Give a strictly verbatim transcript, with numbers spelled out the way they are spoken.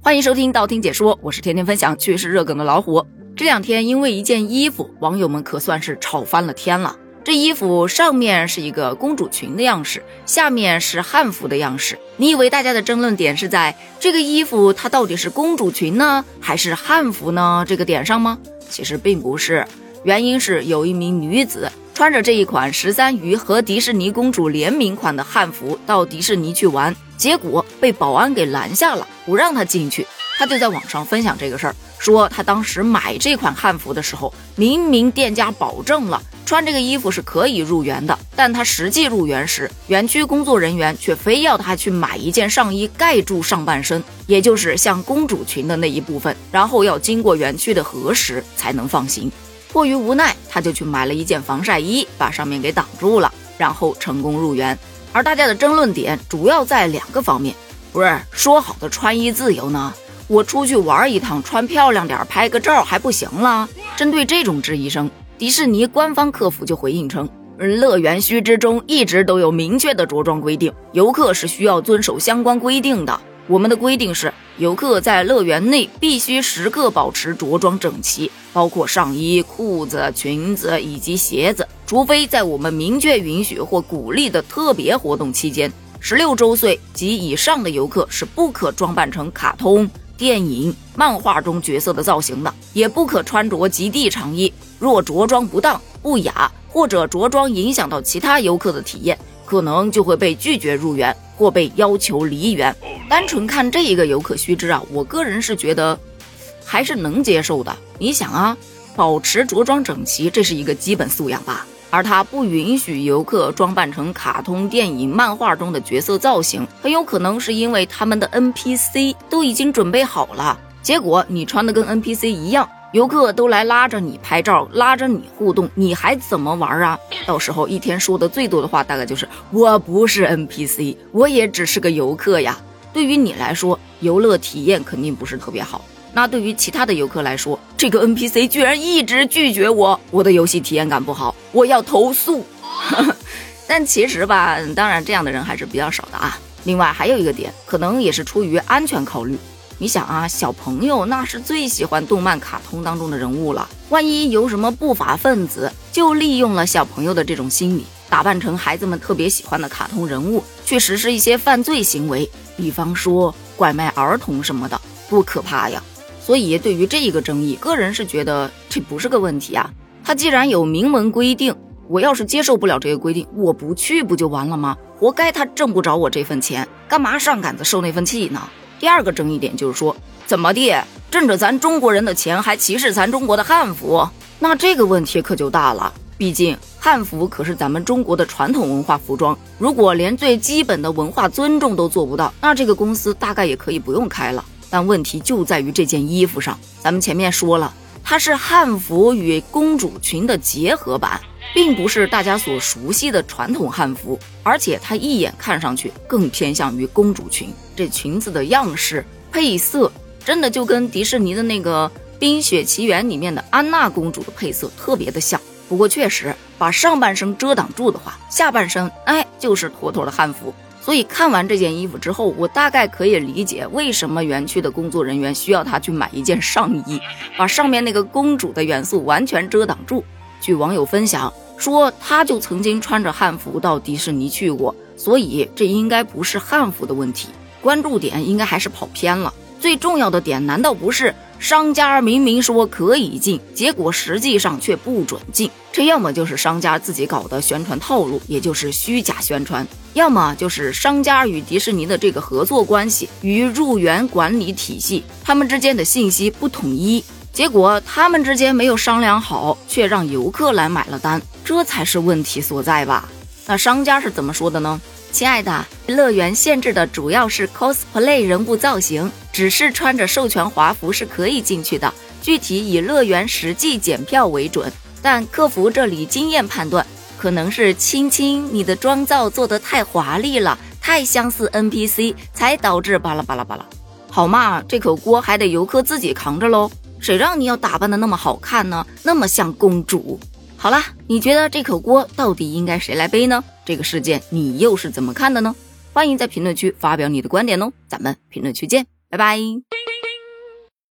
欢迎收听道听解说，我是天天分享趣事热梗的老虎。这两天因为一件衣服，网友们可算是吵翻了天了。这衣服上面是一个公主裙的样式，下面是汉服的样式。你以为大家的争论点是在这个衣服它到底是公主裙呢，还是汉服呢这个点上吗？其实并不是，原因是有一名女子穿着这一款十三余和迪士尼公主联名款的汉服到迪士尼去玩，结果被保安给拦下了，不让她进去。她就在网上分享这个事儿，说她当时买这款汉服的时候，明明店家保证了穿这个衣服是可以入园的，但她实际入园时，园区工作人员却非要她去买一件上衣盖住上半身，也就是像公主裙的那一部分，然后要经过园区的核实才能放行。迫于无奈，她就去买了一件防晒衣，把上面给挡住了，然后成功入园。而大家的争论点主要在两个方面，不是说好的穿衣自由呢？我出去玩一趟，穿漂亮点拍个照还不行了？针对这种质疑声，迪士尼官方客服就回应称，乐园须知中一直都有明确的着装规定，游客是需要遵守相关规定的。我们的规定是，游客在乐园内必须时刻保持着装整齐，包括上衣、裤子、裙子以及鞋子，除非在我们明确允许或鼓励的特别活动期间，十六周岁及以上的游客是不可装扮成卡通、电影、漫画中角色的造型的，也不可穿着极地长衣。若着装不当、不雅，或者着装影响到其他游客的体验，可能就会被拒绝入园或被要求离园。单纯看这一个游客须知啊，我个人是觉得还是能接受的。你想啊，保持着装整齐，这是一个基本素养吧。而他不允许游客装扮成卡通、电影、漫画中的角色造型，很有可能是因为他们的 N P C 都已经准备好了，结果你穿的跟 N P C 一样，游客都来拉着你拍照，拉着你互动，你还怎么玩啊？到时候一天说的最多的话大概就是我不是 N P C， 我也只是个游客呀。对于你来说，游乐体验肯定不是特别好，那对于其他的游客来说，这个 N P C 居然一直拒绝我，我的游戏体验感不好，我要投诉。但其实吧，当然这样的人还是比较少的啊。另外还有一个点，可能也是出于安全考虑。你想啊，小朋友那是最喜欢动漫卡通当中的人物了，万一有什么不法分子就利用了小朋友的这种心理，打扮成孩子们特别喜欢的卡通人物，去实施一些犯罪行为，比方说拐卖儿童什么的，多可怕呀。所以对于这一个争议，个人是觉得这不是个问题啊。他既然有明文规定，我要是接受不了这个规定，我不去不就完了吗？活该他挣不着我这份钱，干嘛上杆子受那份气呢？第二个争议点就是说，怎么地挣着咱中国人的钱还歧视咱中国的汉服，那这个问题可就大了。毕竟汉服可是咱们中国的传统文化服装，如果连最基本的文化尊重都做不到，那这个公司大概也可以不用开了。但问题就在于这件衣服上，咱们前面说了，它是汉服与公主裙的结合版，并不是大家所熟悉的传统汉服，而且它一眼看上去更偏向于公主裙。这裙子的样式、配色，真的就跟迪士尼的那个《冰雪奇缘》里面的安娜公主的配色特别的像。不过确实，把上半身遮挡住的话，下半身哎就是妥妥的汉服。所以看完这件衣服之后，我大概可以理解为什么园区的工作人员需要他去买一件上衣，把上面那个公主的元素完全遮挡住。据网友分享说，他就曾经穿着汉服到迪士尼去过，所以这应该不是汉服的问题，关注点应该还是跑偏了。最重要的点难道不是商家明明说可以进，结果实际上却不准进？这要么就是商家自己搞的宣传套路，也就是虚假宣传，要么就是商家与迪士尼的这个合作关系与入园管理体系他们之间的信息不统一，结果他们之间没有商量好，却让游客来买了单，这才是问题所在吧。那商家是怎么说的呢？亲爱的，乐园限制的主要是 cosplay 人物造型，只是穿着授权华服是可以进去的，具体以乐园实际检票为准。但客服这里经验判断，可能是青青你的妆造做得太华丽了，太相似 N P C， 才导致巴拉巴拉巴拉。好嘛，这口锅还得游客自己扛着咯，谁让你要打扮得那么好看呢，那么像公主。好啦，你觉得这口锅到底应该谁来背呢？这个事件你又是怎么看的呢？欢迎在评论区发表你的观点哦，咱们评论区见，拜拜。